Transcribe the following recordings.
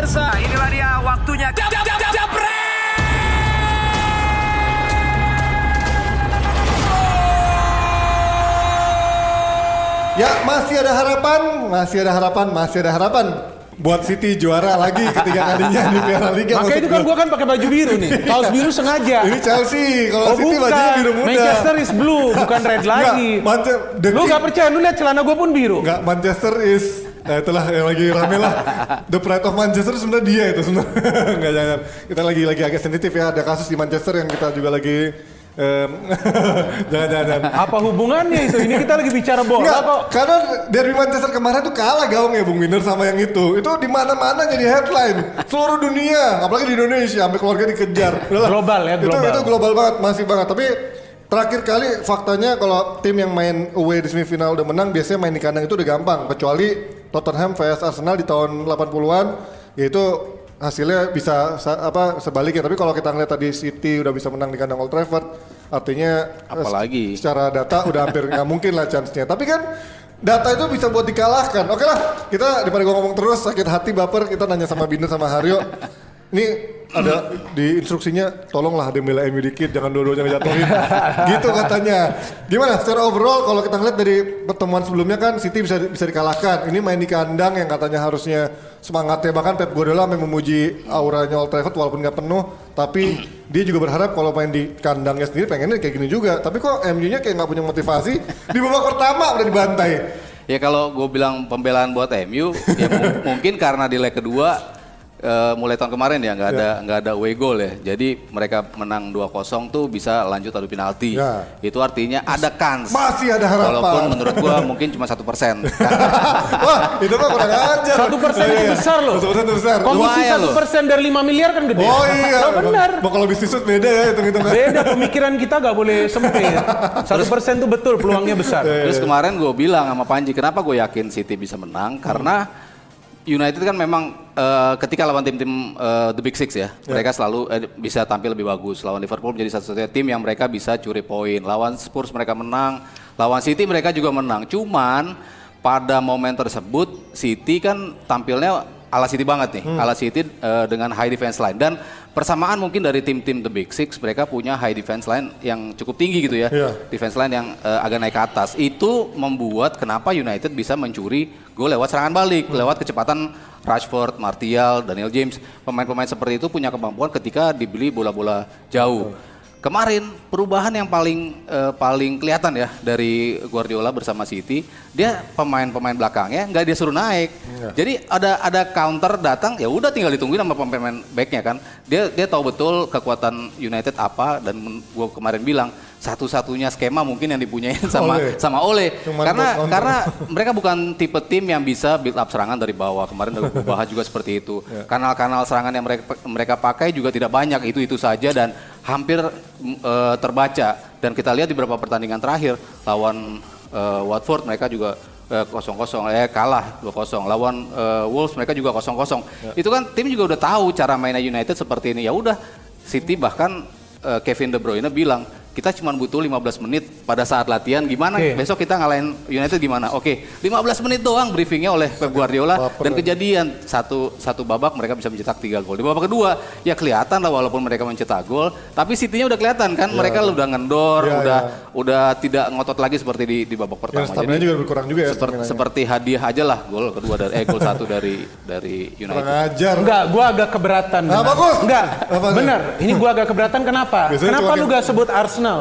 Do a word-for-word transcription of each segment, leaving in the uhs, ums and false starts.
pemirsa, inilah dia waktunya. Jab, jab, jab, jab, Ya, masih ada harapan, masih ada harapan, masih ada harapan. Buat City juara lagi ketiga kalinya di Piala Liga. Makanya itu kan gue kan pakai baju biru nih. Kaos biru sengaja. Ini Chelsea, kalau oh, City bajunya biru muda. Manchester is blue, bukan red lagi. Nggak, lu gak percaya, lu lihat celana gue pun biru. Enggak, Manchester is Nah itulah yang lagi rame lah. The pride of Manchester sebenarnya dia itu sebenarnya. Enggak, jangan. Kita lagi lagi agak sensitif ya, ada kasus di Manchester yang kita juga lagi Um, jangan, jangan, jangan. Apa hubungannya itu? Ini kita lagi bicara bola Nggak, kok. Karena derby Manchester kemarin tuh kalah gaungnya Bung Winner sama yang itu. Itu di mana-mana jadi headline seluruh dunia, apalagi di Indonesia sampai keluarga dikejar. Udahlah. Global ya, global. Itu itu global banget, masih banget. Tapi terakhir kali faktanya kalau tim yang main away di semifinal udah menang, biasanya main di kandang itu udah gampang. Kecuali Tottenham versus Arsenal di tahun delapan puluhan, yaitu hasilnya bisa apa sebaliknya. Tapi kalau kita ngeliat tadi City udah bisa menang di kandang Old Trafford, artinya apalagi secara data udah hampir nggak mungkin lah chance-nya. Tapi kan data itu bisa buat dikalahkan. Oke lah, kita daripada gua ngomong terus sakit hati baper, kita nanya sama Binder sama Haryo. Ini ada di instruksinya, tolonglah ada bela M U dikit, jangan dua-duanya ngejatuhin. Gitu katanya. Gimana secara overall kalau kita ngeliat dari pertemuan sebelumnya kan City bisa bisa dikalahkan. Ini main di kandang yang katanya harusnya semangatnya, bahkan Pep Guardiola memuji auranya Old Trafford walaupun nggak penuh, tapi dia juga berharap kalau main di kandangnya sendiri pengennya kayak gini juga. Tapi kok M U-nya kayak nggak punya motivasi, di babak pertama udah dibantai. Ya kalau gue bilang pembelaan buat M U, ya m- mungkin karena di leg kedua Uh, mulai tahun kemarin ya nggak ada nggak yeah. ada away goal ya, jadi mereka menang dua kosong tuh bisa lanjut adu penalti. Yeah. Itu artinya ada kans. Masih ada harapan. Walaupun menurut gua mungkin cuma satu persen. Wah itu mah kurang ajar. Satu persen itu besar loh. Satu persen itu besar. Komisi satu persen dari lima miliar kan gede. Oh iya. Oh, benar. Mau kalau bisnis itu beda ya hitung-hitungan. Beda, pemikiran kita nggak boleh sempit. Satu persen tuh betul peluangnya besar. Terus kemarin gue bilang sama Panji, kenapa gue yakin City bisa menang? Karena United kan memang uh, ketika lawan tim-tim uh, The Big Six ya, yeah. mereka selalu uh, bisa tampil lebih bagus. Lawan Liverpool menjadi satu-satunya tim yang mereka bisa curi poin. Lawan Spurs mereka menang, lawan City mereka juga menang. Cuman pada momen tersebut City kan tampilnya ala City banget nih, hmm. ala City uh, dengan high defense line. Dan persamaan mungkin dari tim-tim The Big Six, mereka punya high defense line yang cukup tinggi gitu ya. Yeah. Defense line yang uh, agak naik ke atas. Itu membuat kenapa United bisa mencuri gol lewat serangan balik, hmm. lewat kecepatan Rashford, Martial, Daniel James. Pemain-pemain seperti itu punya kemampuan ketika dibeli bola-bola jauh. Hmm. Kemarin perubahan yang paling uh, paling kelihatan ya dari Guardiola bersama City, dia pemain-pemain belakangnya nggak dia suruh naik. Yeah. Jadi ada ada counter datang, ya udah tinggal ditungguin sama pemain backnya kan. Dia dia tahu betul kekuatan United apa, dan gue kemarin bilang satu-satunya skema mungkin yang dipunyain sama Ole. sama Ole. Cuman karena karena mereka bukan tipe tim yang bisa build up serangan dari bawah. Kemarin gue bahas juga seperti itu. Yeah. Kanal-kanal serangan yang mereka mereka pakai juga tidak banyak, itu-itu saja dan hampir uh, terbaca. Dan kita lihat di beberapa pertandingan terakhir lawan uh, Watford mereka juga kosong kosong, eh kalah dua kosong. Lawan uh, Wolves mereka juga kosong kosong. Yeah. Itu kan tim juga udah tahu cara mainnya United seperti ini. Ya udah, City bahkan uh, Kevin De Bruyne bilang, kita cuma butuh lima belas menit pada saat latihan, gimana okay. besok kita ngalahin United gimana? Oke, okay. lima belas menit doang briefingnya oleh Pep Guardiola. Baper dan kejadian satu satu babak mereka bisa mencetak tiga gol. Di babak kedua ya kelihatan lah walaupun mereka mencetak gol, tapi City-nya udah kelihatan kan, ya, mereka ya. udah ngendor, ya, udah ya. udah tidak ngotot lagi seperti di di babak pertama. Ya, jadi juga berkurang juga ya. Seperti, seperti hadiah aja lah gol kedua dari eh gol satu dari dari United. Kurang ajar. Enggak, gua agak keberatan. Nah, bagus. Enggak, benar. Ini gua agak keberatan kenapa? Biasanya kenapa lu gak sebut Arsenal?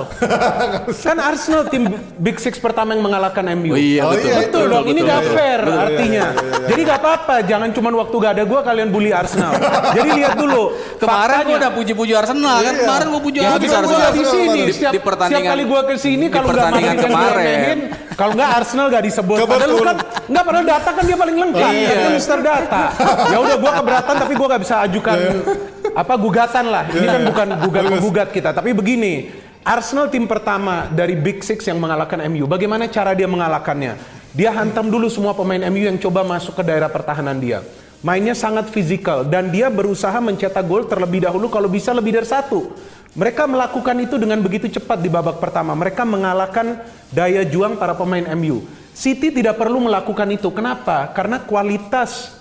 Kan Arsenal tim Big Six pertama yang mengalahkan M U. Oh iya, oh, betul, iya, betul, betul dong, betul, ini betul, gak betul, fair betul, artinya. Iya, iya, iya. Jadi gak apa-apa, jangan cuma waktu gak ada gue kalian bully Arsenal. Jadi lihat dulu. Kemarin gue udah puji-puji Arsenal kan, iya. kemarin gue puji ya, Arsenal. Arsenal di sini. Di, setiap, di pertandingan, setiap kali gue kesini kalau nggak main kemarin. Kalau nggak Arsenal gak disebut. Padahal lu kan nggak, padahal data kan dia paling lengkap. Iya. Kan Mister Data. Ya udah gue keberatan tapi gue gak bisa ajukan apa gugatan lah. Ini kan bukan gugat menggugat kita, tapi begini. Arsenal tim pertama dari Big Six yang mengalahkan M U. Bagaimana cara dia mengalahkannya? Dia hantam dulu semua pemain M U yang coba masuk ke daerah pertahanan dia. Mainnya sangat fisikal dan dia berusaha mencetak gol terlebih dahulu kalau bisa lebih dari satu. Mereka melakukan itu dengan begitu cepat di babak pertama. Mereka mengalahkan daya juang para pemain M U. City tidak perlu melakukan itu. Kenapa? Karena kualitas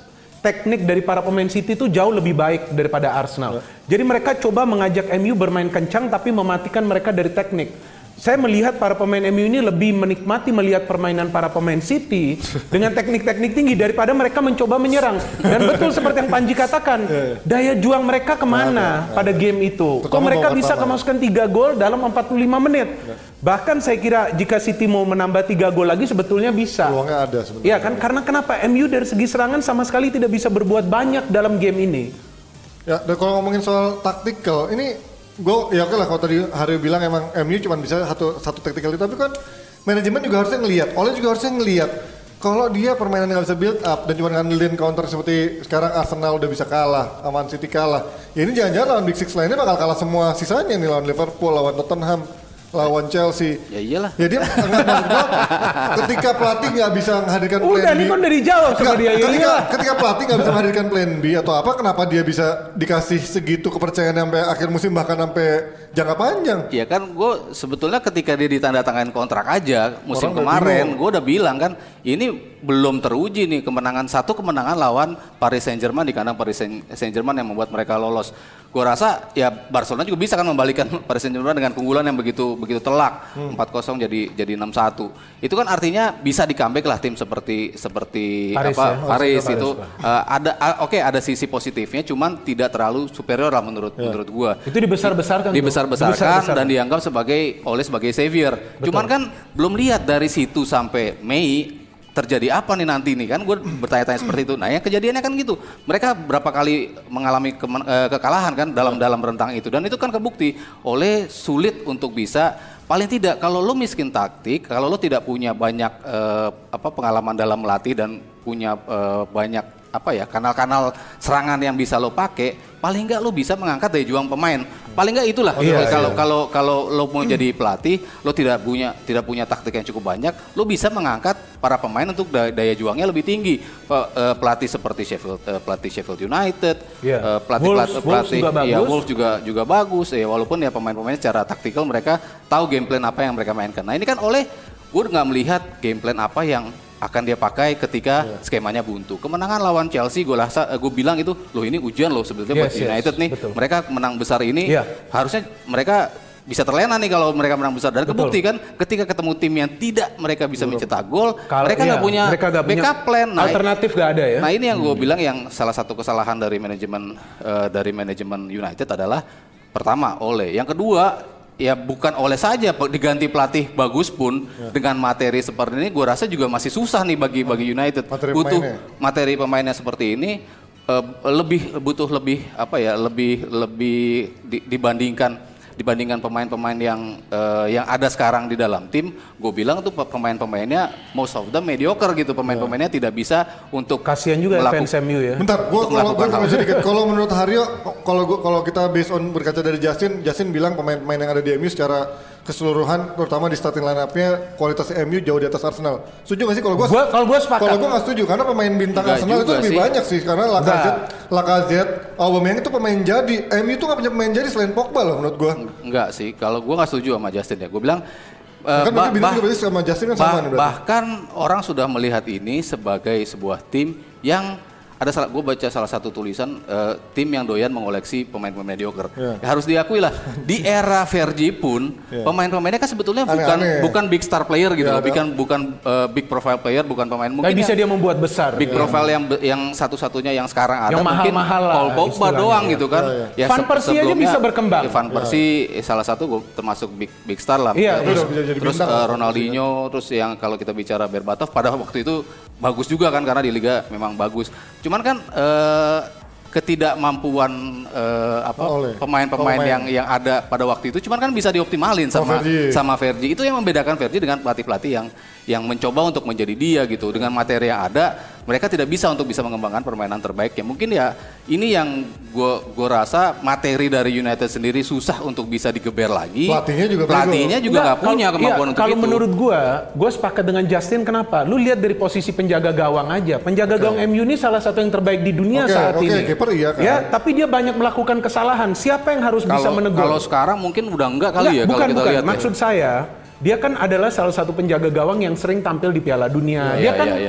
teknik dari para pemain City itu jauh lebih baik daripada Arsenal. Jadi mereka coba mengajak M U bermain kencang tapi mematikan mereka dari teknik. Saya melihat para pemain M U ini lebih menikmati melihat permainan para pemain City dengan teknik-teknik tinggi daripada mereka mencoba menyerang. Dan betul seperti yang Panji katakan, daya juang mereka kemana pada game itu? Kok mereka bisa kemasukan tiga gol dalam empat puluh lima menit? Bahkan saya kira jika City mau menambah tiga gol lagi sebetulnya bisa. Peluangnya ada sebenarnya. Iya kan? Karena kenapa? M U dari segi serangan sama sekali tidak bisa berbuat banyak dalam game ini. Ya, dan kalau ngomongin soal taktikal, ini gue ya oke lah kalau tadi Haryo bilang emang M U cuma bisa satu satu taktikal itu, tapi kan manajemen juga harusnya ngelihat, Ole juga harusnya ngelihat kalau dia permainan nggak bisa build up dan cuma ngandelin counter seperti sekarang Arsenal udah bisa kalah, Man City kalah. Ya ini jangan-jangan lawan Big Six lainnya bakal kalah semua sisanya nih, lawan Liverpool, lawan Tottenham, lawan Chelsea. Ya iyalah. Ya dia enggak maksud gua, ketika pelatih nggak bisa menghadirkan plan Udah, B. ini kan dari jauh sama Enggak, dia. ketika, Iya. ketika pelatih nggak bisa menghadirkan plan B atau apa, kenapa dia bisa dikasih segitu kepercayaan sampai akhir musim bahkan sampai jangka panjang? Iya kan, gue sebetulnya ketika dia ditandatangani kontrak aja musim Orang udah kemarin, bingung. gue udah bilang kan, ini belum teruji nih kemenangan satu kemenangan lawan Paris Saint-Germain di kandang Paris Saint-Germain yang membuat mereka lolos. Gue rasa ya Barcelona juga bisa kan membalikan Paris Saint-Germain dengan keunggulan yang begitu begitu telak, hmm. empat kosong jadi jadi enam satu. Itu kan artinya bisa di comeback lah tim seperti seperti Paris, apa ya? Paris, Paris itu Paris, uh, ada uh, oke okay, ada sisi positifnya, cuman tidak terlalu superior lah menurut Ya. menurut gue. Itu dibesar-besarkan. tuh. Dibesar-besarkan Dibesar-besarkan. dan dianggap sebagai oleh sebagai savior. Betul. Cuman kan belum lihat dari situ sampai Mei terjadi apa nih nanti nih kan, gue bertanya-tanya seperti itu. Nah yang kejadiannya kan gitu, mereka berapa kali mengalami kemen, eh, kekalahan kan dalam dalam rentang itu, dan itu kan kebukti oleh sulit untuk bisa, paling tidak kalau lo miskin taktik, kalau lo tidak punya banyak eh, apa pengalaman dalam melatih dan punya eh, banyak apa ya kanal-kanal serangan yang bisa lo pakai, paling nggak lo bisa mengangkat daya juang pemain. Paling nggak itulah. Iya, kalau iya. kalau kalau lo mau jadi pelatih, lo tidak punya tidak punya taktik yang cukup banyak, lo bisa mengangkat para pemain untuk daya, daya juangnya lebih tinggi. Pe- eh, pelatih seperti Sheffield eh, pelatih Sheffield United, Iya. eh, pelatih Wolves- pelatih, Wolves pelatih juga bagus. ya Wolves juga juga bagus. Ya walaupun ya pemain-pemainnya secara taktikal mereka tahu game plan apa yang mereka mainkan. Nah ini kan oleh gue nggak melihat game plan apa yang akan dia pakai ketika yeah. skemanya buntu. Kemenangan lawan Chelsea gue rasa gue bilang itu loh ini ujian loh sebetulnya Yes, buat yes, United nih. betul. Mereka menang besar ini Yeah. harusnya mereka bisa terlena nih kalau mereka menang besar. Dan Betul. kebukti kan ketika ketemu tim yang tidak mereka bisa mencetak gol, Kalau- mereka nggak iya, punya mereka nggak punya backup plan. Nah, alternatif nggak ada ya. Nah ini yang gue bilang yang salah satu kesalahan dari manajemen eh, dari manajemen United adalah pertama Ole, yang kedua ya bukan Ole saja diganti pelatih bagus pun ya. Dengan materi seperti ini gue rasa juga masih susah nih bagi bagi United. Materi butuh pemainnya. materi pemainnya seperti ini eh, lebih butuh lebih apa ya lebih lebih di- dibandingkan dibandingkan pemain-pemain yang eh, yang ada sekarang di dalam tim. Gue bilang tuh pemain-pemainnya most of them mediocre gitu, pemain-pemainnya tidak bisa untuk Kasihan juga melaku- fans M U ya. Bentar, gua Untuk kalau gua melakukan tambah hal. sedikit. Kalau menurut Haryo, kalau gua kalau kita based on berkaca dari Justin, Justin bilang pemain-pemain yang ada di M U secara keseluruhan, terutama di starting line up-nya kualitas M U jauh di atas Arsenal. Setuju nggak sih? Kalau gua, Gua- kalau gua sepakat. Kalau gua nggak setuju karena pemain bintang Nggak Arsenal itu juga lebih sih. banyak sih, karena Lacazette, Lacazette, Aubameyang itu pemain jadi. M U itu nggak punya pemain jadi selain Pogba loh menurut gua. Enggak sih, kalau gue nggak setuju sama Justin ya. Gue bilang eh, Kan bah- berarti bintang bah- juga berarti sama Justin kan bah- sama nih berarti. bahkan orang sudah melihat ini sebagai sebuah tim yang ada salah, gue baca salah satu tulisan eh, tim yang doyan mengoleksi pemain-pemain mediocre. Yeah. Ya, harus diakui lah di era Fergie pun Yeah. pemain-pemainnya kan sebetulnya bukan Aneh-aneh. bukan big star player gitu Yeah, loh, ada. bukan bukan eh, big profile player, bukan pemain mungkin Tapi bisa yang dia membuat besar. big profile yang yang satu-satunya yang sekarang ada Yang mungkin mahal-mahal lah Paul Pogba istilahnya. doang gitu kan. Ya, Ya, Van se- Persie aja sebelumnya, bisa berkembang. ya, Van Persie eh, salah satu gua termasuk big big star lah. Iya, terus udah bisa jadi terus bintang eh, lah. Ronaldinho, terus yang kalau kita bicara Berbatov pada waktu itu bagus juga kan karena di liga memang bagus. Cuman kan eh, ketidakmampuan eh, apa Oleh. pemain-pemain Pemain. yang yang ada pada waktu itu cuman kan bisa dioptimalin Sama sama Fergie. sama Fergie. Itu yang membedakan Fergie dengan pelatih-pelatih yang yang mencoba untuk menjadi dia gitu. Dengan materi yang ada, mereka tidak bisa untuk bisa mengembangkan permainan terbaiknya. Mungkin ya ini yang gue gue rasa materi dari United sendiri susah untuk bisa digeber lagi. Pelatihnya juga bego. Pelatihnya juga nggak punya kalau- kemampuan iya, untuk kalau itu. menurut gua, gua sepakat dengan Justin. Kenapa? Lu lihat dari posisi penjaga gawang aja. Penjaga gawang M U ini salah satu yang terbaik di dunia Oke, saat oke, ini. kiper iya kan. Ya, tapi dia banyak melakukan kesalahan. Siapa yang harus bisa Kalau menegur? kalau sekarang mungkin udah enggak kali Enggak, ya bukan, kalau kita bukan. lihat. ya. Maksud saya, dia kan adalah salah satu penjaga gawang yang sering tampil di Piala Dunia. Iya, dia iya, kan iya, iya.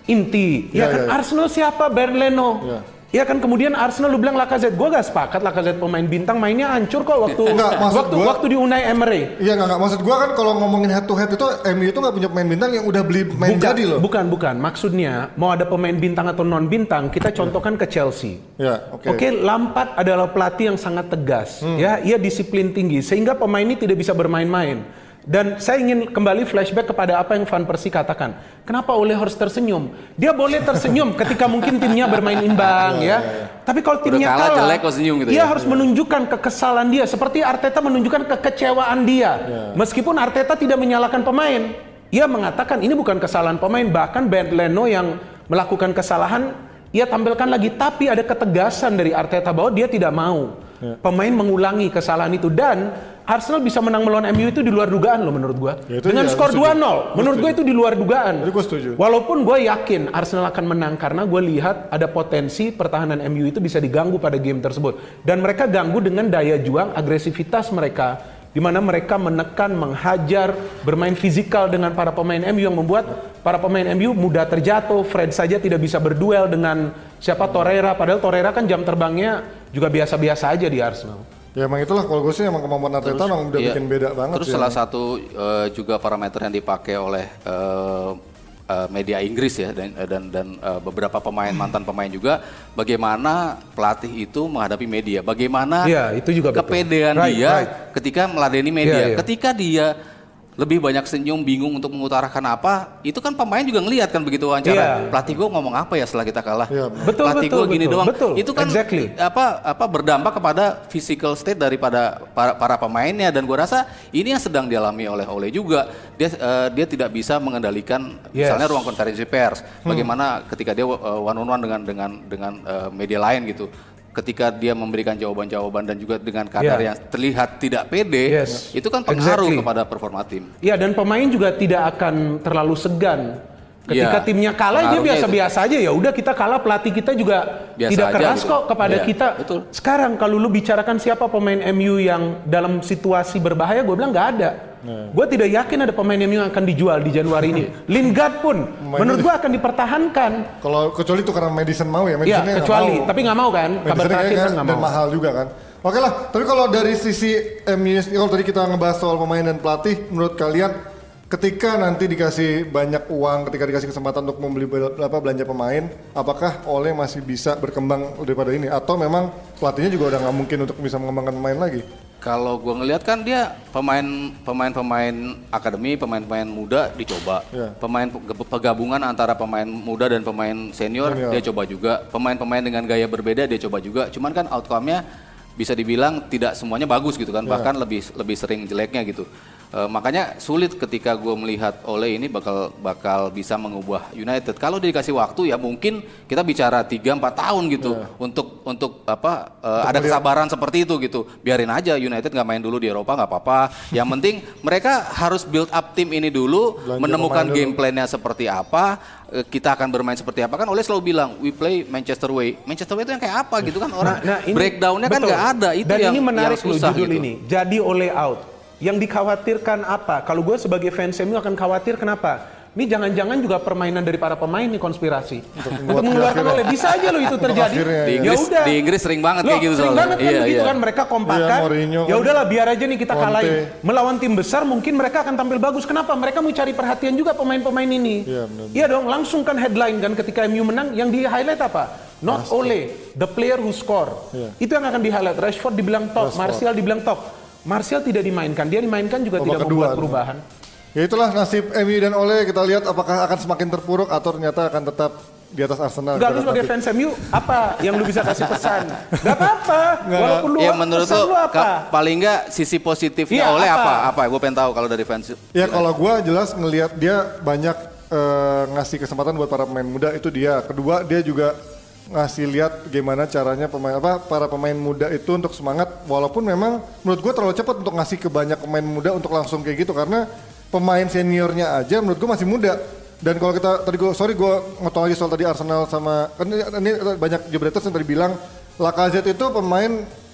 inti. Ya, Ya, kan ya, ya. Arsenal siapa? Bernd Leno. Ya. Ya kan kemudian Arsenal lu bilang Lacazette. Gue gak sepakat Lacazette pemain bintang, mainnya hancur kok waktu Enggak, maksud waktu gua- waktu di Unai Emery. Iya nggak nggak maksud gua kan kalau ngomongin head to head itu M U itu nggak punya pemain bintang yang udah beli main Bukan, jadi loh. bukan, bukan. Maksudnya mau ada pemain bintang atau non bintang, kita contohkan ke Chelsea. Ya, oke. Oke, Lampard adalah pelatih yang sangat tegas. Ya, ia disiplin tinggi sehingga pemain ini tidak bisa bermain-main. Dan saya ingin kembali flashback kepada apa yang Van Persie katakan. Kenapa Ole harus tersenyum? Dia boleh tersenyum ketika mungkin timnya bermain imbang ya. Tapi kalau timnya Udah kalah, kalah, jelek kok senyum gitu dia ya. harus menunjukkan kekesalan dia. Seperti Arteta menunjukkan kekecewaan dia. Meskipun Arteta tidak menyalahkan pemain. Ia mengatakan ini bukan kesalahan pemain. Bahkan Bernd Leno yang melakukan kesalahan, ia tampilkan lagi. Tapi ada ketegasan dari Arteta bahwa dia tidak mau pemain mengulangi kesalahan itu. Dan Arsenal bisa menang melawan M U itu di luar dugaan loh menurut gua. Ya, itu Dengan ya, skor setuju. dua nol. Menurut Setuju. gua itu di luar dugaan. Itu gua setuju. Walaupun gue yakin Arsenal akan menang karena gue lihat ada potensi pertahanan M U itu bisa diganggu pada game tersebut. Dan mereka ganggu dengan daya juang, agresivitas mereka, di mana mereka menekan, menghajar, bermain fisikal dengan para pemain M U yang membuat para pemain M U mudah terjatuh. Fred saja tidak bisa berduel dengan siapa Torreira, padahal Torreira kan jam terbangnya juga biasa-biasa aja di Arsenal. Ya emang itulah kalau gue sih emang kemampuan Arteta emang udah Iya. bikin beda banget. Terus sih salah emang. satu eh, juga parameter yang dipakai oleh eh, eh, media Inggris ya dan dan, dan eh, beberapa pemain mantan pemain juga bagaimana pelatih itu menghadapi media, bagaimana Iya, itu juga betul. kepedean Right, dia right. ketika meladeni media, Iya, iya. ketika dia lebih banyak senyum, bingung untuk mengutarakan apa, itu kan pemain juga ngelihat kan begitu wawancara. Iya. Pelatih gue ngomong apa ya setelah kita kalah? Iya, betul, Pelatih betul, gue gini betul, doang. betul. Itu kan Exactly. apa apa berdampak kepada physical state daripada para, para pemainnya, dan gue rasa ini yang sedang dialami oleh Ole juga. Dia eh, dia tidak bisa mengendalikan Yes. misalnya ruang konferensi pers. Bagaimana ketika dia one on one dengan dengan dengan eh, media lain gitu. Ketika dia memberikan jawaban-jawaban dan juga dengan kadar Yeah. yang terlihat tidak pede, Yes. itu kan pengaruh Exactly. kepada performa tim. Ya, dan pemain juga tidak akan terlalu segan. Ketika Iya, timnya kalah dia pengaruhnya biasa-biasa aja, ya udah kita kalah, pelatih kita juga Biasa tidak aja keras gitu. kok kepada Iya, kita. betul. Sekarang kalau lu bicarakan siapa pemain M U yang dalam situasi berbahaya, gue bilang nggak ada. Gue tidak yakin ada pemain M U yang akan dijual di Januari ini. Lingard pun menurut gue akan dipertahankan. Kalau kecuali itu karena Madison mau ya, Ya, Madisonnya nggak kecuali, mau. tapi nggak mau kan? Kabar Madisonnya terakhir kayaknya kan nggak dan mau. mahal juga kan. Oke lah, tapi kalau dari sisi M U, kalau tadi kita ngebahas soal pemain dan pelatih, menurut kalian ketika nanti dikasih banyak uang, ketika dikasih kesempatan untuk membeli bel- apa belanja pemain, apakah Ole masih bisa berkembang daripada ini? Atau memang pelatihnya juga udah nggak mungkin untuk bisa mengembangkan pemain lagi? Kalau gue ngelihat kan dia pemain pemain pemain akademi, pemain-pemain muda dicoba. Ya. Pemain pe- pegabungan antara pemain muda dan pemain senior, Senior. dia coba juga. Pemain-pemain dengan gaya berbeda dia coba juga. Cuman kan outcome-nya bisa dibilang tidak semuanya bagus gitu kan, bahkan lebih lebih sering jeleknya gitu. E, makanya sulit ketika gue melihat Ole ini bakal bakal bisa mengubah United. Kalau dikasih waktu ya mungkin kita bicara tiga empat tahun gitu untuk untuk apa e, ada kesabaran seperti itu gitu. Biarin aja United nggak main dulu di Eropa nggak apa-apa. Yang penting mereka harus build up tim ini dulu, Belanja menemukan pemain dulu. game plan-nya seperti apa, e, kita akan bermain seperti apa. Kan Ole selalu bilang we play Manchester way. Manchester way itu yang kayak apa gitu kan, orang ini- breakdown-nya kan betul. nggak ada. Itu Dan yang ini menarik yang susah loh judul gitu. ini. Jadi Ole out. Yang dikhawatirkan apa? Kalau gue sebagai fans M U akan khawatir kenapa? Ini jangan-jangan juga permainan dari para pemain nih konspirasi. Untuk, membuat mengeluarkan akhirnya. Ole. Bisa aja loh itu terjadi. akhirnya, Di ya. Inggris, Ya udah. di Inggris sering banget Loh, kayak gitu sering soalnya. banget kan Iya, begitu iya. kan, mereka kompakan. Iya, Mourinho Ya kan. udahlah biar aja nih kita Conte. kalahin. Melawan tim besar mungkin mereka akan tampil bagus. Kenapa? Mereka mau cari perhatian juga pemain-pemain ini. Iya, benar-benar. Iya dong, langsung kan headline kan ketika M U menang yang di highlight apa? Not Ole, the player who score. Iya. Itu yang akan di highlight. Rashford dibilang top, Rashford. Martial dibilang top. Martial tidak dimainkan, dia dimainkan juga Babak tidak kedua membuat tuh. perubahan. Ya itulah nasib M U dan Ole, kita lihat apakah akan semakin terpuruk atau ternyata akan tetap di atas Arsenal. Enggak, lu Kita sebagai nanti. fans M U, apa yang lu bisa kasih pesan? Gak apa-apa, walaupun lu Ya menurut pesan lu lu apa? ka- paling nggak sisi positifnya Iya, Ole apa? apa? Apa? Gue pengen tahu kalau dari fans. Ya kalau gue jelas ngelihat dia banyak eh, ngasih kesempatan buat para pemain muda, itu dia. Kedua dia juga ngasih lihat gimana caranya pemain apa para pemain muda itu untuk semangat, walaupun memang menurut gue terlalu cepat untuk ngasih ke banyak pemain muda untuk langsung kayak gitu, karena pemain seniornya aja menurut gue masih muda. Dan kalau kita tadi gue sorry gue ngotong lagi soal tadi Arsenal sama kan ini, ini banyak jebreters yang tadi bilang Lacazette itu pemain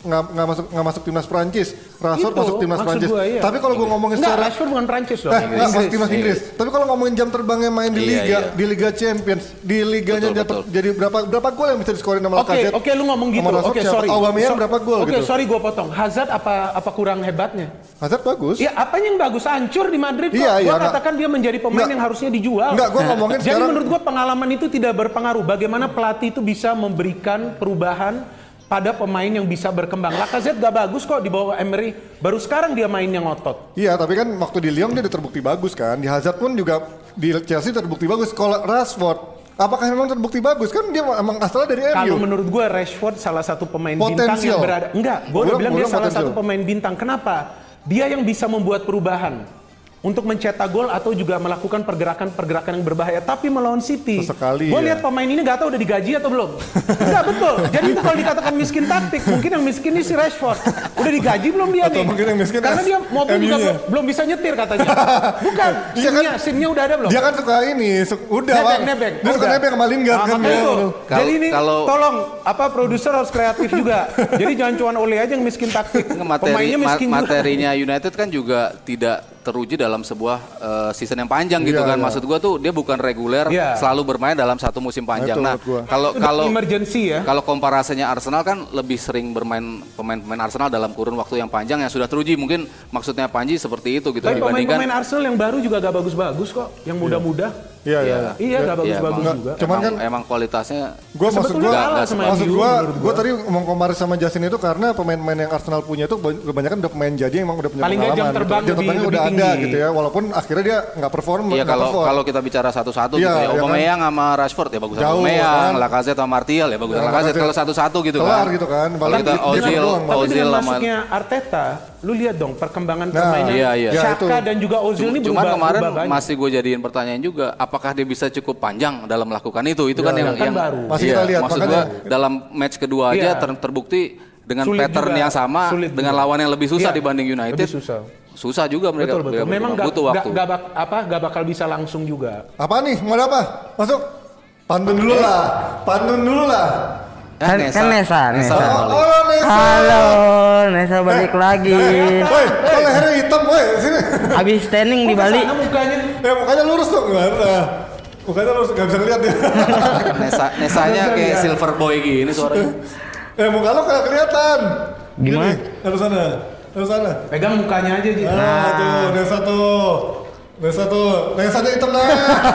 nggak nggak masuk nggak masuk timnas Prancis, Rashford Itu, masuk timnas maksud Prancis. gua, iya. Tapi kalau gue ngomongin Enggak, secara Rashford bukan Prancis dong. Eh, nggak masuk timnas Inggris. Inggris. Tapi kalau ngomongin jam terbangnya main di Iya, liga, iya. di Liga Champions, di liganya Betul, dapat betul. jadi berapa berapa gol yang bisa diskorin sama Oke, Lacazette? oke lu ngomong gitu. Sama Rashford Oke, siapa? sorry. Aubameyang So- berapa gol Oke, gitu? sorry gua potong. Hazard apa apa kurang hebatnya? Hazard bagus. Ya, apanya yang bagus? Hancur di Madrid kok. Iya, iya, Gua enggak. katakan dia menjadi pemain Enggak. yang harusnya dijual. Enggak, gua ngomongin Jadi sekarang- menurut gua pengalaman itu tidak berpengaruh. Bagaimana pelatih itu bisa memberikan perubahan pada pemain yang bisa berkembang. Lacazette gak bagus kok di bawah Emery. Baru sekarang dia mainnya ngotot. Iya, tapi kan waktu di Lyon dia udah terbukti bagus kan. Di Hazard pun juga di Chelsea terbukti bagus. Kalau Rashford, apakah memang terbukti bagus? Kan dia emang asalnya dari M U. Kalau menurut gue Rashford salah satu pemain bintang Potensial. yang berada. Enggak, gue udah Gua bilang dia bilang salah potensial. satu pemain bintang. Kenapa? Dia yang bisa membuat perubahan untuk mencetak gol atau juga melakukan pergerakan-pergerakan yang berbahaya. Tapi melawan City, Sesekali, gue ya. lihat pemain ini gak tahu udah digaji atau belum. Enggak, betul. Jadi itu kalau dikatakan miskin taktik, mungkin yang miskin ini si Rashford. Udah digaji belum dia Atau nih? mungkin yang miskin Karena S- dia mobil juga M U-nya. belum, belum bisa nyetir katanya. Bukan, Iya kan? SIM-nya, SIM-nya udah ada belum? Dia kan suka ini, su- udah Nebeng, Bang. nebeng. Dia suka Udah. nebeng sama Lingard Nah, kan. makanya dia. itu. Kalau- Jadi ini kalau- tolong apa produser harus kreatif juga. Jadi jangan cuma Ole aja yang miskin taktik. Nggak, materi, Pemainnya ma- miskin juga. materinya United kan juga tidak teruji dalam sebuah uh, season yang panjang gitu Iya, kan. iya. Maksud gua tuh dia bukan reguler, Iya. selalu bermain dalam satu musim panjang. Itu Nah, menurut gua. kalau Itu kalau emergency ya. kalau komparasinya Arsenal kan lebih sering bermain pemain-pemain Arsenal dalam kurun waktu yang panjang yang sudah teruji. Mungkin maksudnya Panji seperti itu gitu Tapi dibandingkan. pemain-pemain Arsenal yang baru juga gak bagus-bagus kok. Yang muda-muda. Iya, iya. Iya, gak bagus-bagus emang- juga. Cuman emang, kan emang kualitasnya Gue maksud Sebetulnya gue, kalah sama maksud M U gue, menurut gue gua. tadi ngomong komparis sama Justin itu karena pemain-pemain yang Arsenal punya itu kebanyakan udah pemain jadi yang emang udah punya Paling nggak pengalaman. jam terbang gitu. Jam lebih- terbangnya lebih udah ada tinggi. gitu ya, walaupun akhirnya dia nggak perform. Iya nggak kalau perform. kalau kita bicara satu-satu Iya, gitu ya. ya kan? Aubameyang sama Rashford ya bagus Jauh, Aubameyang, kan? Lacazette sama Martial ya bagus Ya, Lacazette. Lacazette. Kalau satu-satu gitu Kelar kan. gitu kan. Kalau Paling kita di- di- Ozil, doang, Bang. Tapi Ozil dengan sama masuknya Arteta, lu lihat dong perkembangan Nah, permainan iya, iya. Xhaka Ya, itu. dan juga Ozil ini Cuman berubah, kemarin berubah banyak. masih gue jadiin pertanyaan juga, apakah dia bisa cukup panjang dalam melakukan itu? Itu Ya, kan yang, kan yang baru. Masih iya, kita lihat, maksud makanya- gue dalam match kedua aja Iya. ter- terbukti dengan Sulit pattern juga, yang sama sulit dengan juga. lawan yang lebih susah Iya, dibanding United. lebih susah. Susah juga mereka. Betul betul. mereka Memang gak, butuh gak, waktu. gak, bak- apa, gak bakal bisa langsung juga. Apa nih? Mau ada apa? Masuk. Pantun dulu lah. Pantun dulu lah. Eh, Kan- kan Nesa, Nesa. Oh, oh, Nesa. Halo, Nesa balik lagi. Woi, kok lehernya hitam, woi, sini. Habis standing di Bali. Kesana mukanya. Eh, mukanya lurus dong, gimana? Mukanya lurus, nggak bisa lihat ya. Nesa, Nesanya kayak silver boy gini suaranya. Eh, muka lo kayak kelihatan. Gimana? Gini, harus sana, harus sana. Pegang mukanya aja Ji. Nah, tuh, Nesa tuh. Nesa tuh, Nesanya hitam lah.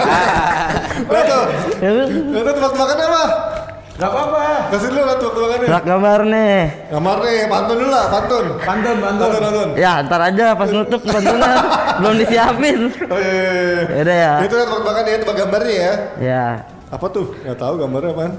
Lihat tuh. Lihat tebak-tebakannya apa? Gak apa-apa. Kasih dulu lah tebak-tebakannya. Gerak gambar nih. Gambar nih, pantun dulu lah, pantun. Pantun, pantun. Pantun, pantun. Ya, ntar aja pas nutup pantunnya belum disiapin. Oh iya, iya, iya. Yaudah ya. Itu ya tebak-tebakannya, tebak gambarnya ya. Ya. Apa tuh? Nggak tahu gambarnya apaan.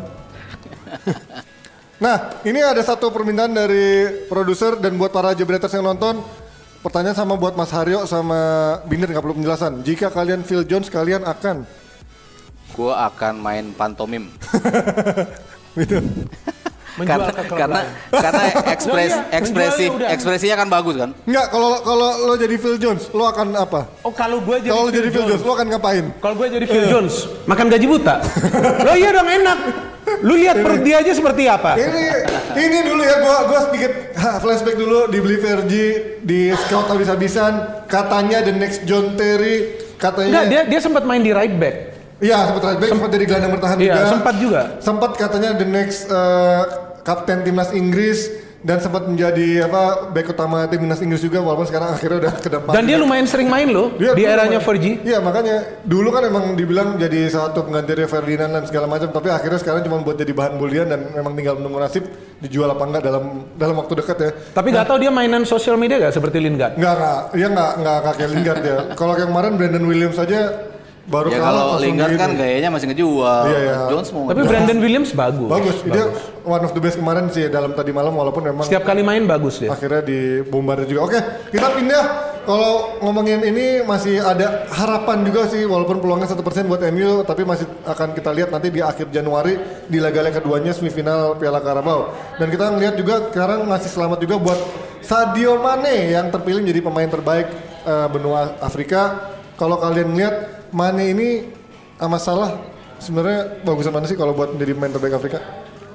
Nah, ini ada satu permintaan dari produser dan buat para jebreters yang nonton. Pertanyaan sama buat Mas Haryo sama Binder, nggak perlu penjelasan. Jika kalian Phil Jones, kalian akan Gue akan main pantomim. gitu. Menjual karena ke klub karena lain. karena ekspres Loh, iya, ekspresi menjualnya udah. ekspresinya kan bagus kan. Nggak, kalau kalau lo jadi Phil Jones, lo akan apa? Oh kalau gue jadi Kalau lo jadi Phil Jones, lo akan ngapain? Kalau gue jadi Phil Jones, makan gaji buta. Lo iya dong enak. Lu lihat perut dia aja seperti apa? Ini ini dulu ya, gua gua sedikit ha, flashback dulu di beli Vergi, di scout habis-habisan, katanya the next John Terry, katanya. Enggak, dia dia sempat main di right back. Iya, sempat right back, sempat jadi gelandang bertahan Iya, juga. sempat juga. Sempat katanya the next uh, kapten timnas Inggris dan sempat menjadi apa back utama timnas Inggris juga, walaupun sekarang akhirnya udah kedampak. Dan dia lumayan sering main loh Dia di dulu eranya main. Fergie. Iya, makanya dulu kan emang dibilang jadi satu pengganti Rio Ferdinand dan segala macam, tapi akhirnya sekarang cuma buat jadi bahan bulian dan memang tinggal menunggu nasib dijual apa enggak dalam dalam waktu dekat ya. Tapi nggak tahu dia mainan sosial media gak seperti Lingard? Enggak, enggak, dia enggak enggak kakek Lingard ya. Kalau yang kemarin Brandon Williams saja baru Ya kalah kalau langsung Lingard gini. kan gayanya masih ngejual. Iya, iya. Jones mau Tapi ngejual. Brandon Williams bagus. Bagus, dia one of the best kemarin sih dalam tadi malam, walaupun memang Setiap kali main bagus dia. akhirnya dibombardir juga. Oke, kita pindah. Kalau ngomongin ini masih ada harapan juga sih, walaupun peluangnya satu persen buat M U, tapi masih akan kita lihat nanti di akhir Januari di laga-laga keduanya semifinal Piala Carabao. Dan kita ngelihat juga sekarang ngasih selamat juga buat Sadio Mane yang terpilih menjadi pemain terbaik uh, benua Afrika. Kalau kalian lihat Mane ini sama Salah sebenarnya bagusan mana sih kalau buat menjadi pemain terbaik Afrika?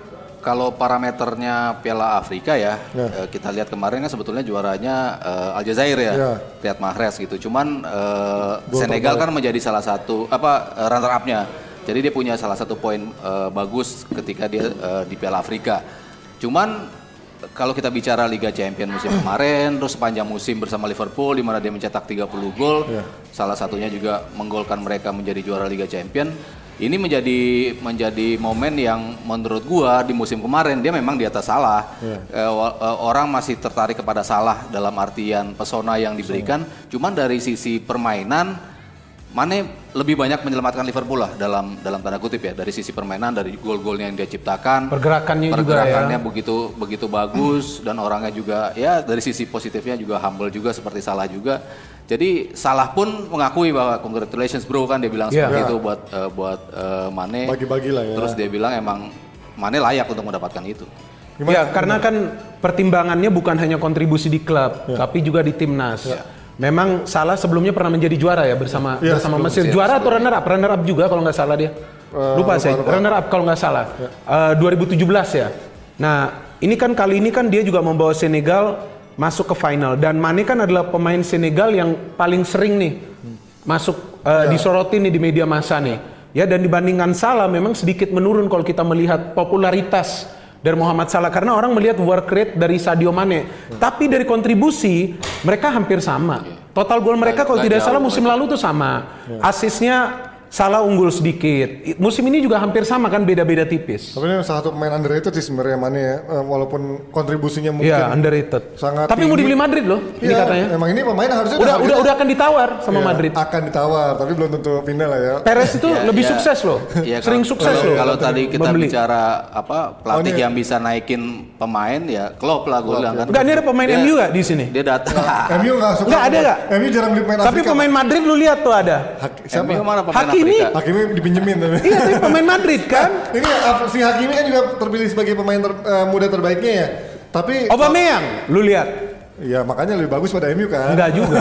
kalau parameternya Piala Afrika ya, Ya. uh, kita lihat kemarin kan sebetulnya juaranya uh, Aljazair ya, Ya. Riyad Mahrez gitu. Cuman uh, Gol Senegal terbaik. kan menjadi salah satu apa uh, runner up-nya. Jadi dia punya salah satu poin uh, bagus ketika dia uh, di Piala Afrika. Cuman kalau kita bicara Liga Champions musim kemarin, terus sepanjang musim bersama Liverpool di mana dia mencetak tiga puluh gol, Ya. salah satunya juga menggolkan mereka menjadi juara Liga Champions. Ini menjadi menjadi momen yang menurut gua di musim kemarin dia memang di atas Salah. Ya. Eh, wa- eh, orang masih tertarik kepada Salah dalam artian pesona yang diberikan. Cuman dari sisi permainan Mane lebih banyak menyelamatkan Liverpool lah dalam dalam tanda kutip ya, dari sisi permainan, dari gol-golnya yang dia ciptakan, Pergerakannya juga pergerakannya ya. begitu begitu bagus dan orangnya juga ya dari sisi positifnya juga humble juga seperti Salah juga. Jadi Salah pun mengakui bahwa congratulations bro kan dia bilang Iya. seperti Ya. itu buat eh, buat eh, Mane. Bagi-bagi lah ya. Terus dia bilang emang Mane layak untuk mendapatkan itu. Ya, karena kan pertimbangannya bukan hanya kontribusi di klub, Ya. tapi juga di timnas. Memang Salah sebelumnya pernah menjadi juara ya bersama Ya, bersama sebelum- Mesir. ya, Juara atau runner up? Runner up juga kalau nggak salah dia. Eh, lupa lupa, saya. lupa. Runner up kalau nggak salah. Eh, dua ribu tujuh belas ya. Nah, ini kan kali ini kan dia juga membawa Senegal masuk ke final dan Mane kan adalah pemain Senegal yang paling sering nih masuk eh, disorotin nih di media massa nih. Ya, dan dibandingkan Salah memang sedikit menurun kalau kita melihat popularitas dari Muhammad Salah karena orang melihat work rate dari Sadio Mane. Tapi dari kontribusi mereka hampir sama. Total gol mereka kalau Nggak tidak jauh salah musim mereka. lalu tuh sama. Asisnya Salah unggul sedikit. Musim ini juga hampir sama kan, beda-beda tipis. Tapi ini salah satu pemain underrated sih sebenarnya Mane ya. Eh, walaupun kontribusinya mungkin Iya, underrated. sangat Tapi mau tinggi. dibeli Madrid loh, ini Iya, katanya. emang ini pemain harusnya Udah harganya- udah udah akan ditawar sama Iya, Madrid. akan ditawar, tapi belum tentu pindah lah ya. Perez itu Ya, lebih ya. sukses loh. Iya, Sering kalau- sukses kalau, loh. Kalau tadi kita membeli. bicara apa pelatih Oh, ini- yang bisa naikin pemain ya Klopp lah gue bilang kan. Enggak, ini ada pemain Dia- M U nggak di sini? Dia datang. M U nggak suka. Nggak ada nggak? M U jarang beli pemain Tapi Afrika. pemain Madrid lu lihat tuh ada. Hak- siapa? M U mana pemain Hakimi. Afrika? Hakimi dipinjemin tapi. Iya, tapi pemain Madrid kan. Ini Af- si Hakimi kan juga terpilih sebagai pemain ter- eh, muda terbaiknya ya. Tapi Aubameyang, lu lihat. ya makanya lebih bagus pada M U kan. Enggak juga.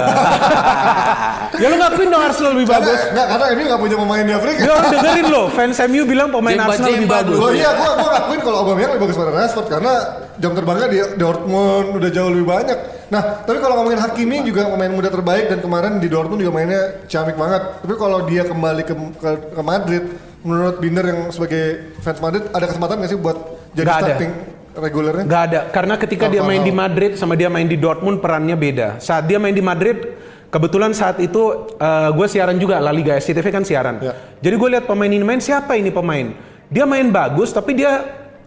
Ya lu ngakuin dong Arsenal lebih Karena, bagus. enggak, karena M U nggak punya pemain di Afrika. Ya orang dengerin loh, fans M U bilang pemain Jemba- Arsenal lebih jemba bagus. Oh iya, gua gua ngakuin kalau Aubameyang lebih bagus pada Rashford karena jam terbangnya di Dortmund udah jauh lebih banyak. Nah, tapi kalau ngomongin Hakimi juga pemain muda terbaik dan kemarin di Dortmund juga mainnya ciamik banget. Tapi kalau dia kembali ke ke, ke Madrid, menurut Binder yang sebagai fans Madrid ada kesempatan nggak sih buat jadi Nggak ada. starting regulernya? Gak ada, karena ketika dia main di Madrid sama dia main di Dortmund perannya beda. Saat dia main di Madrid, kebetulan saat itu gue siaran juga La Liga, S C T V kan siaran. Ya. Jadi gue lihat pemain ini main, siapa ini pemain? Dia main bagus, tapi dia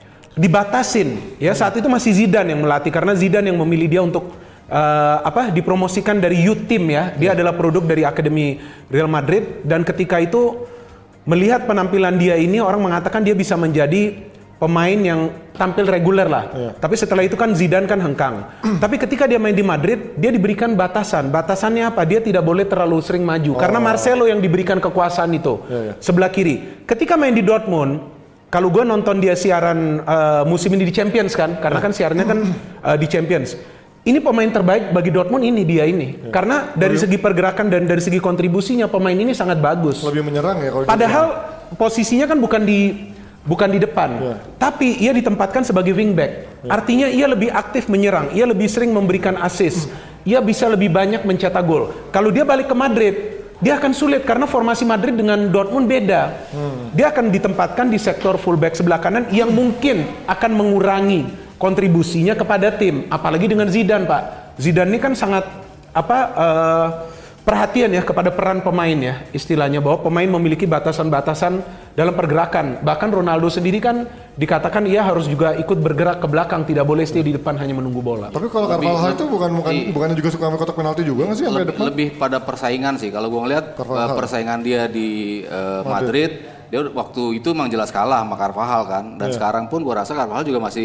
dibatasin. Ya saat itu masih Zidane yang melatih, karena Zidane yang memilih dia untuk eh, apa dipromosikan dari youth team ya. Dia adalah produk dari akademi Real Madrid dan ketika itu melihat penampilan dia ini orang mengatakan dia bisa menjadi pemain yang tampil reguler lah. Iya. Tapi setelah itu kan Zidane kan hengkang. Tapi ketika dia main di Madrid, dia diberikan batasan. Batasannya apa? Dia tidak boleh terlalu sering maju. Karena Marcelo yang diberikan kekuasaan itu. Iya, iya. Sebelah kiri. Ketika main di Dortmund, kalau gue nonton dia siaran uh, musim ini di Champions kan. Karena kan siarannya kan uh, di Champions. Ini pemain terbaik bagi Dortmund ini, dia ini. Karena dari segi pergerakan dan dari segi kontribusinya, pemain ini sangat bagus. Lebih menyerang ya kalau Padahal posisinya kan bukan di bukan di depan, Ya. tapi ia ditempatkan sebagai wingback. Artinya ia lebih aktif menyerang, ia lebih sering memberikan assist, ia bisa lebih banyak mencetak gol. Kalau dia balik ke Madrid, dia akan sulit karena formasi Madrid dengan Dortmund beda. Dia akan ditempatkan di sektor fullback sebelah kanan yang mungkin akan mengurangi kontribusinya kepada tim, apalagi dengan Zidane, Pak. Zidane ini kan sangat apa? eh, perhatian ya kepada peran pemain ya, istilahnya bahwa pemain memiliki batasan-batasan dalam pergerakan. Bahkan Ronaldo sendiri kan dikatakan ia harus juga ikut bergerak ke belakang, tidak boleh stay di depan hanya menunggu bola. Tapi kalau Lebih- Carvalho itu bukan bukan i- bukannya juga suka sama kotak penalti juga nggak sih sampai Leb- depan? lebih pada persaingan sih. Kalau gue ngeliat Carvajal. uh, persaingan dia di uh, Madrid, dia udah- waktu itu emang jelas kalah sama Carvajal kan. Dan Iya. sekarang pun gue rasa Carvajal juga masih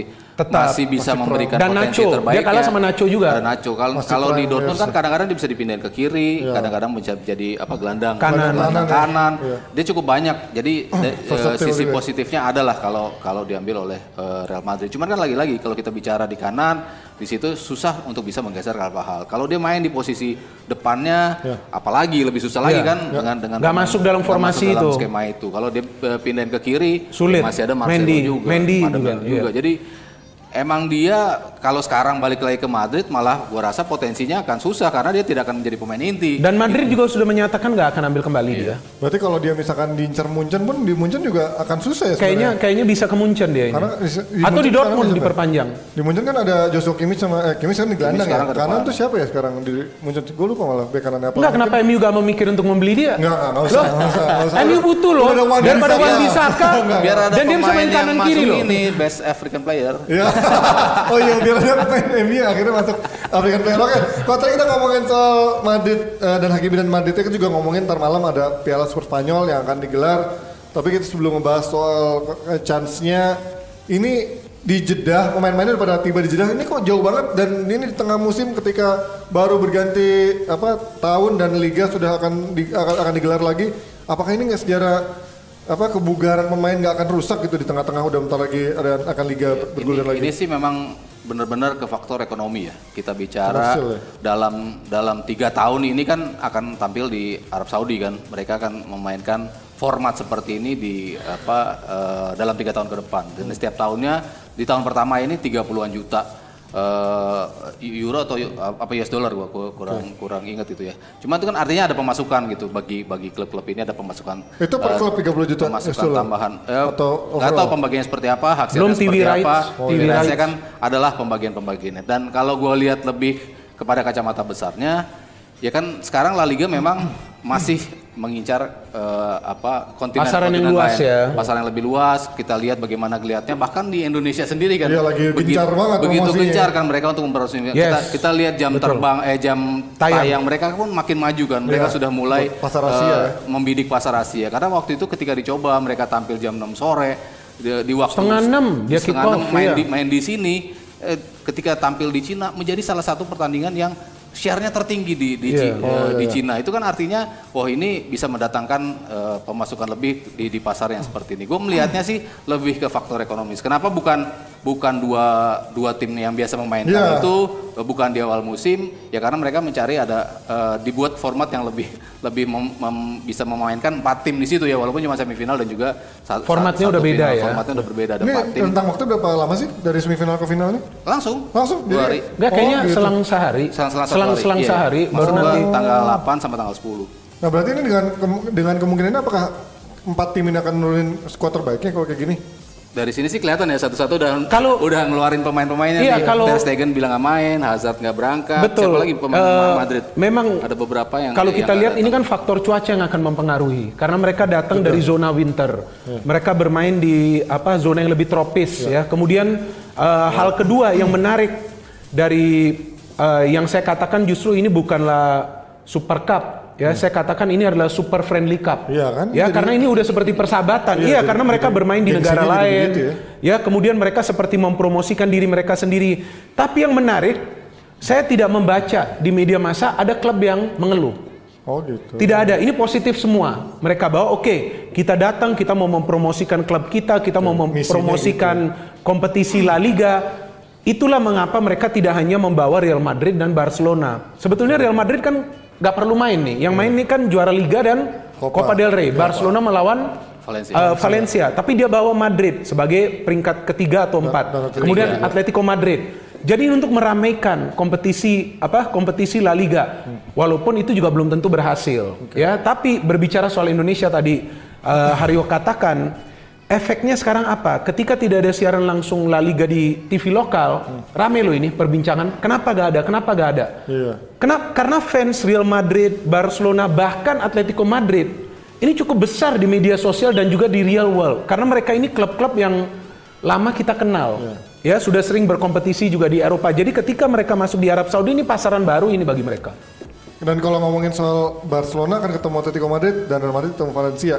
Tetap, masih bisa masih memberikan dan potensi Nacho, terbaiknya. dia kalah sama Nacho juga. Ada Nacho. Kalau Masih kalau di prime Dortmund players. kan kadang-kadang dia bisa dipindahin ke kiri, Iya. kadang-kadang bisa jadi apa gelandang, Kanan. gelandang Kanan, kanan. ya. Iya. Dia cukup banyak. Jadi de- Versatile eh, sisi juga. positifnya adalah kalau kalau diambil oleh eh, Real Madrid. Cuman kan lagi-lagi kalau kita bicara di kanan, di situ susah untuk bisa menggeser Carvajal. Kalau dia main di posisi depannya, Iya. apalagi lebih susah lagi Iya. kan dengan dengan Nggak pemain- masuk dalam nggak formasi masuk dalam itu. skema itu. Kalau dia eh, pindahin ke kiri, Sulit. masih ada Marcelo Mendy, juga, Mendy ada juga, Mendy iya. juga. Jadi emang dia kalau sekarang balik lagi ke Madrid malah gua rasa potensinya akan susah karena dia tidak akan menjadi pemain inti. Dan Madrid juga sudah menyatakan nggak akan ambil kembali dia. Berarti kalau dia misalkan diincar Munchen pun di Munchen juga akan susah ya Kayaknya sebenarnya. kayaknya bisa ke Munchen dia ini. Karena di- di Atau di Munchen Dortmund sekarang siapa? diperpanjang. Di Munchen kan ada Joshua Kimmich sama eh, Kimmich kan di gelandang ya. sekarang ke Kanan depan. tuh siapa ya sekarang di Munchen? Gue lupa malah bek kanannya apa. Enggak, kenapa M U gak memikir untuk membeli dia? Enggak, enggak, enggak usah, Loh, enggak usah, enggak usah. M U butuh loh, Udah ada Wan daripada Bissaka. Wan Bissaka. Biar ada Dan dia bisa pemain main yang kanan masuk kiri loh. ini best African player. Iya. Oh iya, biar ada pemain M U akhirnya masuk African player. Oke, kalau tadi kita ngomongin soal Madrid eh, dan Hakimi dan Madrid itu juga ngomongin ntar malam ada Piala Super Spanyol yang akan digelar. Tapi kita sebelum ngebahas soal eh, chance-nya, ini di Jeddah, pemain-pemainnya udah pada tiba di Jeddah. Ini kok jauh banget dan ini di tengah musim ketika baru berganti apa tahun dan liga sudah akan di, akan, akan digelar lagi. Apakah ini nggak sejarah apa kebugaran pemain nggak akan rusak gitu di tengah-tengah udah bentar lagi ada akan liga bergulir Ini, lagi? ini sih memang benar-benar ke faktor ekonomi ya. Kita bicara Komersil ya? dalam dalam tiga tahun ini kan akan tampil di Arab Saudi kan. Mereka akan memainkan format seperti ini di apa eh, dalam tiga tahun ke depan. Dan setiap tahunnya di tahun pertama ini tiga puluhan juta eh, euro atau apa U S dollar gua gua kurang kurang ingat itu ya. Cuma itu kan artinya ada pemasukan gitu bagi bagi klub-klub ini ada pemasukan. Itu per eh, klub tiga puluh juta U S pemasukan dollar? tambahan. Eh, Atau nggak tahu overall? pembagiannya seperti apa, hak Belum siarnya T V seperti rights. apa. Oh, T V T V rights rights. kan adalah pembagian-pembagiannya. Dan kalau gue lihat lebih kepada kacamata besarnya, ya kan sekarang La Liga memang masih mengincar eh, apa kontinen Pasaran yang kontinen luas lain. ya. Pasaran yang lebih luas. Kita lihat bagaimana geliatnya bahkan di Indonesia sendiri kan. Iya, lagi Begitu- gencar banget Begitu promosinya. gencar kan mereka untuk mempromosikan. Kita Yes. kita lihat jam Betul. terbang eh jam Tayang. tayang. mereka pun makin maju kan. Mereka Iya. sudah mulai Pasar Asia eh, ya. membidik pasar Asia. Karena waktu itu ketika dicoba mereka tampil jam enam sore di, di waktu Setengah enam, dia setengah kick enam off, main iya. di main di sini eh, ketika tampil di Cina menjadi salah satu pertandingan yang share-nya tertinggi di di, Iya. Ci- Oh, eh, iya, di iya. Cina. Itu kan artinya wah ini bisa mendatangkan eh, pemasukan lebih di, di pasar yang seperti ini. Gue melihatnya sih lebih ke faktor ekonomis. Kenapa bukan bukan dua dua tim yang biasa memainkan Iya. itu eh, bukan di awal musim ya karena mereka mencari ada eh, dibuat format yang lebih lebih mem- mem- bisa memainkan empat tim di situ ya walaupun cuma semifinal dan juga sa- Formatnya satu udah beda final. ya? Formatnya udah berbeda ada Ini empat tim. rentang waktu berapa lama sih dari semifinal ke final ini? Langsung Langsung? dua hari. Enggak, kayaknya Oh, gitu. selang sehari. Selang-selang satu selang, hari. selang Iya. sehari baru Maksud gua nanti. tanggal delapan sampai tanggal sepuluh. Nah berarti ini dengan kem- dengan kemungkinan ini apakah empat tim ini akan nurunin skuad terbaiknya kalau kayak gini? Dari sini sih kelihatan ya satu-satu udah Kalau- udah ngeluarin pemain-pemainnya Iya, nih. kalau- Ter Stegen bilang nggak main, Hazard nggak berangkat. Betul. Siapa lagi pemain Eh, Madrid? Memang Ada beberapa yang kalau yang kita nggak lihat ini datang. kan faktor cuaca yang akan mempengaruhi karena mereka datang dari zona winter. Mereka bermain di apa zona yang lebih tropis ya. Kemudian eh, hal kedua yang menarik dari eh, yang saya katakan justru ini bukanlah Super Cup ya. Saya katakan ini adalah Super Friendly Cup. Iya kan? Ya Jadi- karena ini udah seperti persahabatan. Iya, Iya, jadi- karena mereka jadi bermain di gengsinya negara jadi lain. begitu ya. Ya, kemudian mereka seperti mempromosikan diri mereka sendiri. Tapi yang menarik, saya tidak membaca di media massa ada klub yang mengeluh. Oh gitu. Tidak ada, ini positif semua. Mereka bawa, oke, kita datang, kita mau mempromosikan klub kita, kita mau mempromosikan kompetisi La Liga. Itulah mengapa mereka tidak hanya membawa Real Madrid dan Barcelona. Sebetulnya Real Madrid kan nggak perlu main nih. Yang main ini kan juara Liga dan Copa. Copa del Rey. Barcelona melawan Valencia. Uh, Valencia, tapi dia bawa Madrid sebagai peringkat ketiga atau empat. dan ketiga. Kemudian Atletico Madrid. Jadi untuk meramaikan kompetisi apa kompetisi La Liga, walaupun itu juga belum tentu berhasil, ya. Tapi berbicara soal Indonesia tadi, uh, Haryo katakan, efeknya sekarang apa? Ketika tidak ada siaran langsung La Liga di T V lokal, rame loh ini perbincangan. Kenapa gak ada? Kenapa gak ada? Iya. Kenapa? Karena fans Real Madrid, Barcelona, bahkan Atletico Madrid ini cukup besar di media sosial dan juga di real world. Karena mereka ini klub-klub yang lama kita kenal. Ya, sudah sering berkompetisi juga di Eropa. Jadi ketika mereka masuk di Arab Saudi ini pasaran baru ini bagi mereka. Dan kalau ngomongin soal Barcelona kan ketemu Atletico Madrid dan Real Madrid ketemu Valencia.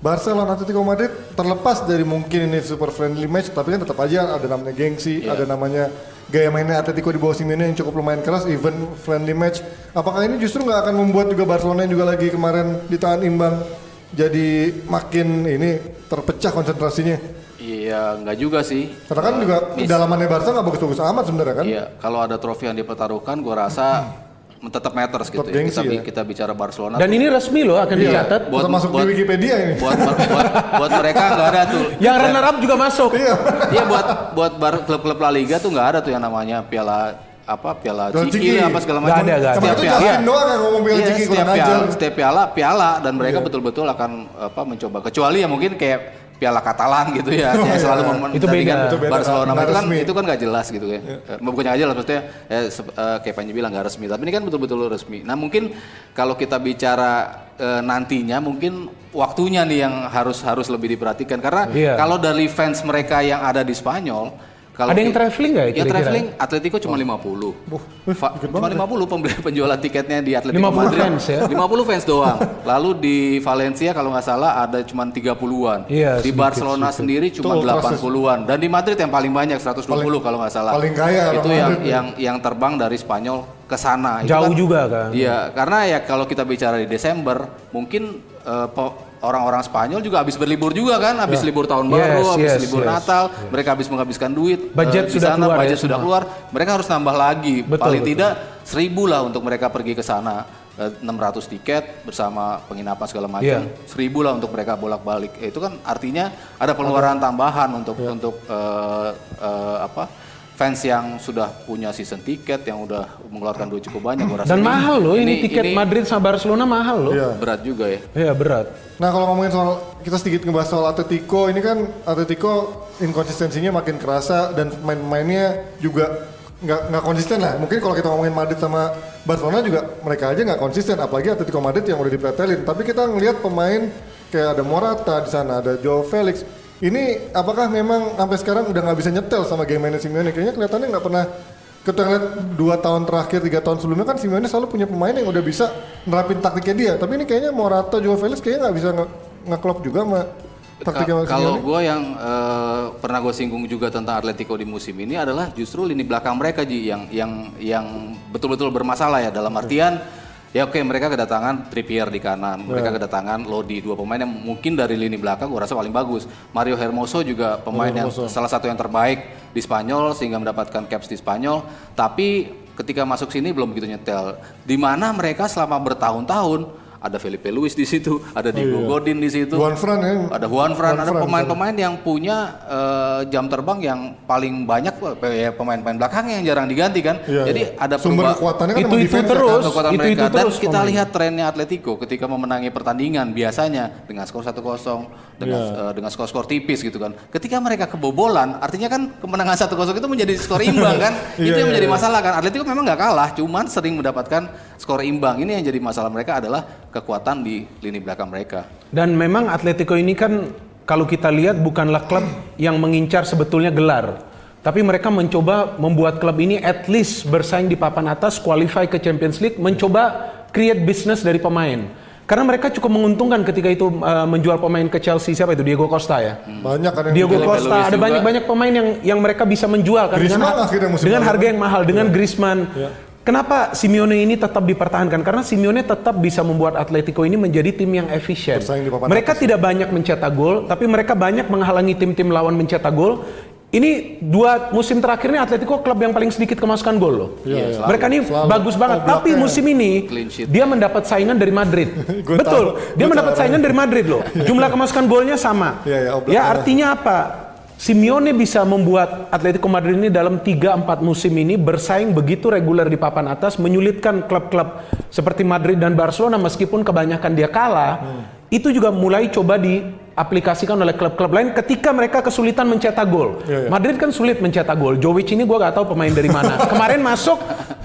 Barca lawan Atletico Madrid terlepas dari mungkin ini super friendly match, tapi kan tetap aja ada namanya gengsi, yeah. ada namanya gaya mainnya Atletico di bawah Simeone yang cukup lumayan keras, even friendly match. Apakah ini justru nggak akan membuat juga Barcelona yang juga lagi kemarin ditahan imbang jadi makin ini terpecah konsentrasinya? Iya, nggak juga sih. Karena kan uh, juga kedalamannya Barca nggak bagus-bagus amat sebenarnya kan? Iya, kalau ada trofi yang dipertaruhkan, gue rasa tetap matters gitu ya. Kita, ya. kita bicara Barcelona. Dan tuh, ini resmi loh akan iya. dicatat. Buat masuk buat, di Wikipedia ini. Buat buat, buat mereka nggak ada tuh. Yang runner up juga masuk. Iya. Iya buat buat bar, klub-klub La Liga tuh nggak ada tuh yang namanya piala apa piala Ciki apa segala macam. Gak ada, gak ada. Setiap piala iya. doang yang ngomong piala iya, Ciki setiap kurang piala, ajar. Setiap piala piala dan mereka iya. betul-betul akan apa mencoba. Kecuali ya mungkin kayak Piala Katalan gitu ya, oh, yang selalu iya. itu beda. Itu beda. Barcelona nah, itu kan resmi. itu kan nggak jelas gitu ya. Yeah. Bukannya nggak jelas maksudnya ya, uh, kayak Panji bilang nggak resmi, tapi ini kan betul-betul resmi. Nah mungkin kalau kita bicara uh, nantinya mungkin waktunya nih yang harus harus lebih diperhatikan karena yeah. kalau dari fans mereka yang ada di Spanyol. Kalau ada yang traveling nggak? Ya traveling, Atletico cuma lima puluh. Oh, Fa- cuma lima puluh pembeli penjualan tiketnya di Atletico lima puluh Madrid. Fans, ya? lima puluh fans doang. Lalu di Valencia kalau nggak salah ada cuma tiga puluhan. Iya, di sedikit, Barcelona sedikit. sendiri cuma delapan puluhan. Dan di Madrid yang paling banyak seratus dua puluh paling, kalau nggak salah. Paling kaya itu yang Madrid, yang yang terbang dari Spanyol ke sana. Jauh kan, juga kan. Iya, karena ya kalau kita bicara di Desember mungkin uh, po- orang-orang Spanyol juga habis berlibur juga kan, habis yeah. libur tahun baru, yes, habis yes, libur yes, Natal, yes. mereka habis menghabiskan duit, budget uh, sudah sana, keluar, budget ya, sudah semua. keluar, mereka harus nambah lagi, betul, paling betul. tidak seribu lah untuk mereka pergi ke sana, uh, enam ratus tiket bersama penginapan segala macam, yeah. seribu lah untuk mereka bolak-balik, eh, itu kan artinya ada pengeluaran tambahan untuk yeah. untuk uh, uh, apa? fans yang sudah punya season tiket yang udah mengeluarkan duit cukup banyak, gua rasa. Dan ini, mahal loh ini, ini tiket ini Madrid sama Barcelona mahal loh. Iya. Berat juga ya. Iya berat. Nah kalau ngomongin soal, kita sedikit ngebahas soal Atletico, ini kan Atletico inkonsistensinya makin kerasa dan main-mainnya juga nggak nggak konsisten lah. Mungkin kalau kita ngomongin Madrid sama Barcelona juga mereka aja nggak konsisten, apalagi Atletico Madrid yang udah dipretelin. Tapi kita ngelihat pemain kayak ada Morata di sana, ada Joao Felix. Ini apakah memang sampai sekarang udah nggak bisa nyetel sama game mainnya Simeone? Kayaknya kelihatannya nggak pernah. Kita ngeliat dua tahun terakhir, tiga tahun sebelumnya kan Simeone selalu punya pemain yang udah bisa nerapin taktiknya dia. Tapi ini kayaknya Morata, Joao Felix kayaknya nggak bisa nge-klop juga sama taktiknya Simeone. Kalau gue yang uh, pernah gue singgung juga tentang Atletico di musim ini adalah justru lini belakang mereka Ji yang yang yang betul-betul bermasalah ya dalam artian. Ya oke okay, mereka kedatangan Trippier di kanan, mereka yeah. kedatangan Lodi, dua pemain yang mungkin dari lini belakang gue rasa paling bagus. Mario Hermoso juga pemain Mario yang Hermoso. salah satu yang terbaik di Spanyol sehingga mendapatkan caps di Spanyol. Tapi ketika masuk sini belum begitu nyetel. Di mana mereka selama bertahun-tahun ada Felipe Luis di situ, ada Diego oh, iya. Godin di situ, Juan Fran, ya. ada Juan Fran, Juan ada Fran, pemain-pemain yang punya uh, jam terbang yang paling banyak, ya pemain-pemain belakangnya yang jarang diganti kan. Iya, Jadi iya. ada sumber kekuatannya kan itu itu terus, kan, itu mereka. itu Dan terus kita pemain. lihat trennya Atletico ketika memenangi pertandingan biasanya dengan skor satu kosong dengan yeah. uh, dengan skor-skor tipis gitu kan. Ketika mereka kebobolan, artinya kan kemenangan satu kosong itu menjadi skor imbang kan. Itu yeah, yang menjadi yeah. masalah kan. Atletico memang nggak kalah, cuman sering mendapatkan skor imbang. Ini yang jadi masalah mereka adalah kekuatan di lini belakang mereka. Dan memang Atletico ini kan kalau kita lihat bukanlah klub yang mengincar sebetulnya gelar. Tapi mereka mencoba membuat klub ini at least bersaing di papan atas, qualify ke Champions League, mencoba create business dari pemain. Karena mereka cukup menguntungkan ketika itu uh, menjual pemain ke Chelsea, siapa itu? Diego Costa ya? Hmm. Banyak kan yang Diego juga. Costa, ada banyak-banyak pemain yang yang mereka bisa menjual kan dengan, dengan harga yang mahal, dengan yeah. Griezmann. Yeah. Kenapa Simeone ini tetap dipertahankan? Karena Simeone tetap bisa membuat Atletico ini menjadi tim yang efisien. Mereka atas. tidak banyak mencetak gol, tapi mereka banyak menghalangi tim-tim lawan mencetak gol. Ini dua musim terakhir ini Atletico klub yang paling sedikit kemasukan gol loh. Ya, ya, mereka ini selalu. bagus banget. Oh, tapi musim ini dia mendapat saingan dari Madrid. Betul, tahu, dia mendapat saingan dari Madrid loh. Jumlah kemasukan golnya sama. Ya, ya, ya artinya apa? Simeone bisa membuat Atletico Madrid ini dalam tiga empat musim ini bersaing begitu reguler di papan atas, menyulitkan klub-klub seperti Madrid dan Barcelona meskipun kebanyakan dia kalah. Hmm. Itu juga mulai coba diaplikasikan oleh klub-klub lain ketika mereka kesulitan mencetak gol. Ya, ya. Madrid kan sulit mencetak gol. Jovic ini gue gak tahu pemain dari mana. Kemarin masuk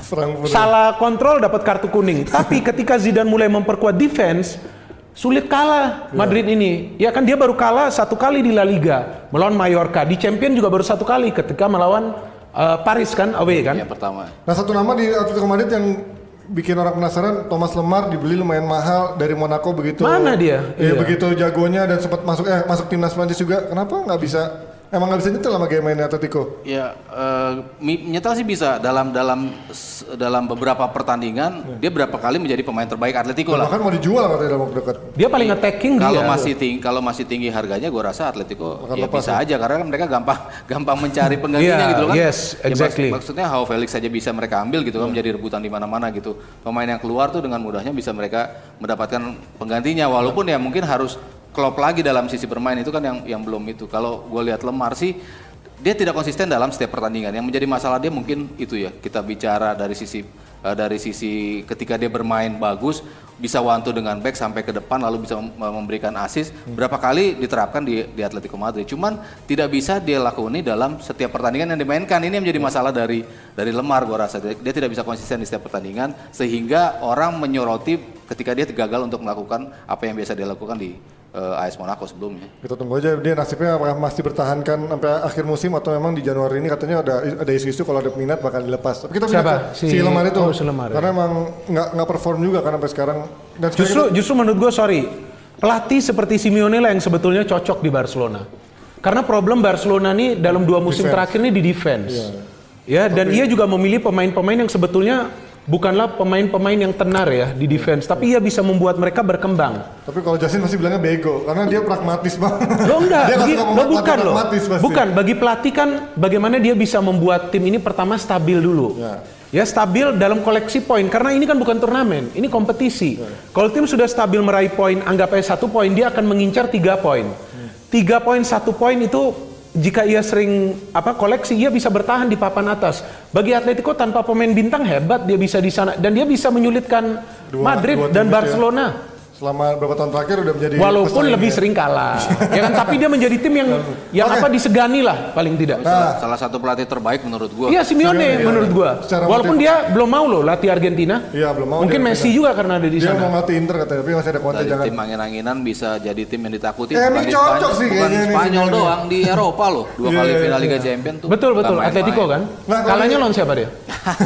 salah kontrol dapat kartu kuning. Tapi ketika Zidane mulai memperkuat defense, sulit kalah Madrid ya. ini. Ya kan dia baru kalah satu kali di La Liga melawan Mallorca. Di Champion juga baru satu kali ketika melawan uh, Paris kan, away kan. Yang pertama. Nah satu nama di Atletico Madrid yang bikin orang penasaran. Thomas Lemar dibeli lumayan mahal dari Monaco begitu. Mana dia? Ya Iya. begitu jagonya dan sempat masuk eh masuk timnas Prancis juga. Kenapa nggak bisa? Emang nggak bisa nyetel sama gaya mainnya Atletico? Ya, eh, mi- nyetel sih bisa dalam dalam s- dalam beberapa pertandingan dia berapa kali menjadi pemain terbaik Atletico lah. Bahkan mau dijual katanya dalam waktu dekat. Dia paling attacking Kalau dia. masih tinggi, kalau masih tinggi harganya, gue rasa Atletico Akan ya lepas bisa ya. aja karena kan mereka gampang gampang mencari penggantinya Iya, gitu loh kan. yes, Ya, exactly. maks- maksudnya Joao Felix saja bisa mereka ambil gitu kan menjadi rebutan di mana-mana gitu. Pemain yang keluar tuh dengan mudahnya bisa mereka mendapatkan penggantinya walaupun ya mungkin harus klop lagi dalam sisi bermain itu kan yang yang belum itu. Kalau gue lihat Lemar sih dia tidak konsisten dalam setiap pertandingan. Yang menjadi masalah dia mungkin itu ya. Kita bicara dari sisi uh, dari sisi ketika dia bermain bagus, bisa one two dengan back sampai ke depan lalu bisa mem- memberikan assist. Berapa kali diterapkan di di Atletico Madrid. Cuman tidak bisa dia lakukan ini dalam setiap pertandingan yang dimainkan. Ini yang menjadi masalah dari dari Lemar gua rasa. Dia, dia tidak bisa konsisten di setiap pertandingan sehingga orang menyoroti ketika dia gagal untuk melakukan apa yang biasa dia lakukan di uh, A S Monaco sebelumnya. Kita tunggu aja dia nasibnya apakah masih bertahankan sampai akhir musim atau memang di Januari ini katanya ada ada isu-isu kalau ada peminat bakal dilepas. Tapi kita Siapa? pindah ke si, Si- Lemar itu. oh, si Lemar, Karena emang nggak nggak perform juga kan sampai sekarang. Dan sekarang Justru justru menurut gue sorry, pelatih seperti Simeone lah yang sebetulnya cocok di Barcelona. Karena problem Barcelona nih dalam dua musim Defense. terakhir ini di defense. Ya, dan ia juga memilih pemain-pemain yang sebetulnya bukanlah pemain-pemain yang tenar ya di defense, tapi ia bisa membuat mereka berkembang. Tapi kalau Justin pasti bilangnya bego karena dia pragmatis banget. Lo enggak, dia nggak bagi, suka lo pelatih bukan loh. pragmatis pasti. Bukan, bagi pelatih kan bagaimana dia bisa membuat tim ini pertama stabil dulu. Ya. Ya stabil dalam koleksi poin karena ini kan bukan turnamen, ini kompetisi. Kalau tim sudah stabil meraih poin, anggap aja satu poin, dia akan mengincar tiga poin. Tiga poin, satu poin itu jika ia sering apa koleksi, ia bisa bertahan di papan atas. Bagi Atletico tanpa pemain bintang hebat, dia bisa di sana dan dia bisa menyulitkan Dua- Madrid dua tim dan itu ya. Barcelona. Selama beberapa tahun terakhir udah menjadi Walaupun pesaing lebih ya. sering kalah, ya kan? Tapi dia menjadi tim yang yang Oke. apa disegani lah paling tidak. Nah. Salah satu pelatih terbaik menurut gua. Iya Simeone Simeone, iya. menurut gua. Secara Walaupun motiv- dia belum mau loh latih Argentina. Iya, belum mau Mungkin dia Messi pindah. juga karena ada di Dia sana. mau ngelatih Inter katanya, tapi masih ada Conte Dari jangan. tim angin-anginan bisa jadi tim yang ditakuti. Eh, ini Bukan di cocok Spanyol- sih bukan kayaknya ini Spanyol sebenarnya. doang di Eropa loh. Dua Iya, kali iya, final Liga iya. Champions tuh. Betul betul, Bukan main-main. Atletico kan. Nah, kalau Kalahnya ini- lawan siapa dia?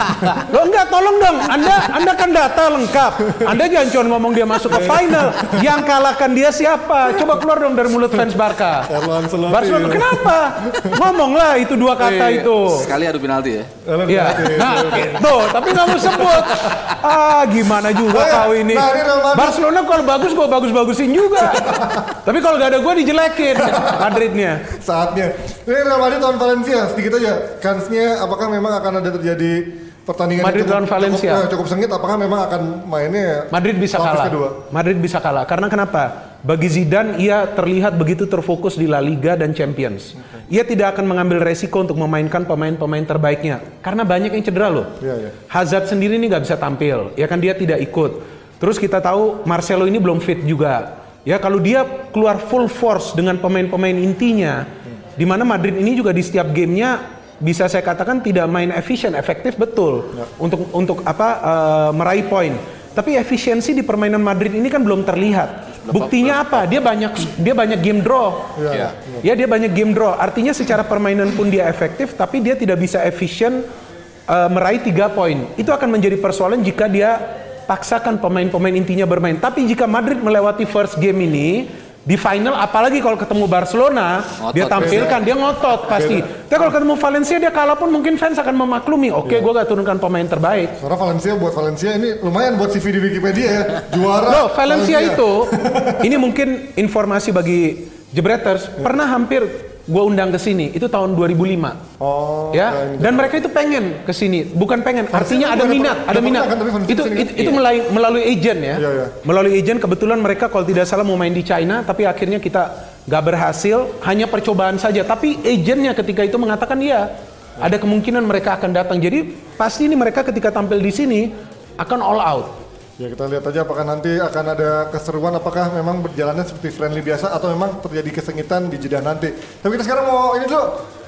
Lo enggak, tolong dong. Anda Anda kan data lengkap. Anda jangan cuma ngomong dia masuk ke final. Yang kalahkan dia siapa? Coba keluar dong dari mulut fans Barca. Carlo Ancelotti. Barcelona kenapa? Ngomonglah itu dua kata Iya, itu. Sekali adu penalti ya. Iya. Nah, gitu. Tapi nggak mau sebut. Ah, gimana juga Oh, iya. kau ini. Nah, ini Real Madrid. Barcelona kalau bagus gue bagus-bagusin juga. Tapi kalau nggak ada gue dijelekin Madridnya. Saatnya. Ini Real Madrid lawan Valencia, sedikit aja. Kansnya apakah memang akan ada terjadi pertandingan Madrid yang lawan Valencia. Cukup, eh, cukup sengit, apakah memang akan mainnya Madrid bisa lapis kalah. kedua? Madrid bisa kalah. Karena kenapa? Bagi Zidane, ia terlihat begitu terfokus di La Liga dan Champions. Ia tidak akan mengambil resiko untuk memainkan pemain-pemain terbaiknya. Karena banyak yang cedera loh. Iya, iya. Hazard sendiri ini nggak bisa tampil. Ya kan dia tidak ikut. Terus kita tahu Marcelo ini belum fit juga. Ya kalau dia keluar full force dengan pemain-pemain intinya, di mana Madrid ini juga di setiap gamenya bisa saya katakan tidak main efisien, efektif betul untuk untuk apa eh, meraih poin. Tapi efisiensi di permainan Madrid ini kan belum terlihat. Buktinya apa? Dia banyak dia banyak game draw. Iya. Ya dia banyak game draw. Artinya secara permainan pun dia efektif, tapi dia tidak bisa efisien eh, meraih tiga poin. Itu akan menjadi persoalan jika dia paksakan pemain-pemain intinya bermain. Tapi jika Madrid melewati first game ini di final, apalagi kalau ketemu Barcelona, Ngotot, dia tampilkan, dia ngotot pasti. Tapi kalau ketemu Valencia dia kalah pun mungkin fans akan memaklumi. Oke, gue gak turunkan pemain terbaik. Karena Valencia buat Valencia ini lumayan buat C V di Wikipedia ya. Juara. Loh, Valencia itu, ini mungkin informasi bagi Jebreters, pernah hampir gue undang ke sini, itu tahun dua ribu lima. Oh. Ya, kayak dan mereka itu pengen ke sini, bukan pengen, artinya kan ada udah minat, pernah- ada udah minat. pernah kan, tapi Valencia Itu kesini itu, kan? itu melalui, melalui agent ya. Iya, iya. Melalui agent kebetulan mereka kalau tidak salah mau main di China, tapi akhirnya kita nggak berhasil, hanya percobaan saja. Tapi agentnya ketika itu mengatakan iya, ada kemungkinan mereka akan datang. Jadi pasti ini mereka ketika tampil di sini akan all out. Ya kita lihat aja apakah nanti akan ada keseruan, apakah memang berjalannya seperti friendly biasa atau memang terjadi kesengitan di jeda nanti. Tapi kita sekarang mau ini dulu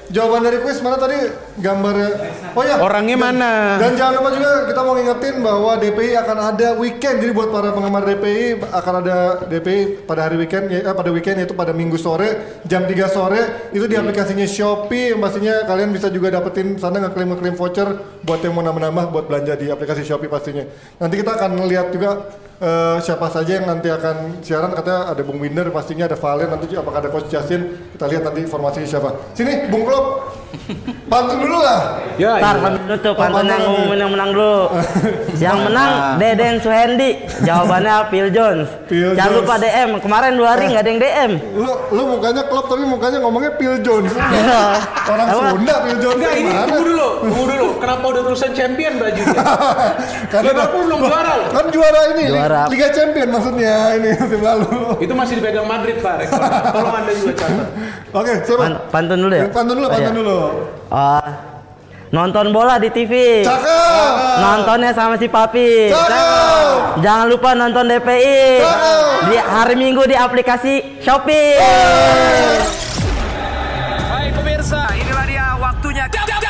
jawaban dari kuis mana tadi gambarnya? Oh ya. Orangnya dan, mana? Dan jangan lupa juga kita mau ngingetin bahwa D P I akan ada weekend. Jadi buat para penggemar D P I akan ada D P I pada hari weekend, ya, pada weekend yaitu pada Minggu sore jam tiga sore itu di aplikasinya Shopee. Pastinya kalian bisa juga dapetin sana ngeklaim ngeklaim voucher buat yang mau nambah-nambah buat belanja di aplikasi Shopee pastinya. Nanti kita akan lihat juga uh, siapa saja yang nanti akan siaran. Katanya ada Bung Binder, pastinya ada Valen, nanti apakah ada Coach Justin. Kita lihat nanti informasinya siapa. Sini Bung Klop. Pantun dulu lah. Ya, Ntar iya. pantun dulu tuh, pantun pantun yang lagi. ngumumin yang menang dulu. Yang menang Deden Suhendi. Jawabannya Phil Jones. Phil Jangan Jones. lupa D M. Kemarin dua hari nggak ada yang D M. Lu lu mukanya Klop tapi mukanya ngomongnya Phil Jones. Orang Apa? Sunda Phil Jones. Enggak, ini gimana? tunggu dulu, tunggu dulu. Kenapa udah tulisan champion bajunya? Karena Liverpool belum juara loh. Kan juara ini, Juara. Liga Champion maksudnya ini musim lalu. Itu masih dipegang Madrid, Pak. rekornya. Tolong Anda juga catat. Oke, siapa? Pan- pantun dulu ya. Pantun dulu, Oh, pantun iya. dulu. Oh, nonton bola di T V. Cakep. Nontonnya sama si Papi. Cakep. Jangan lupa nonton D P I. Cakep. Di hari Minggu di aplikasi Shopee. Baik pemirsa, inilah dia waktunya.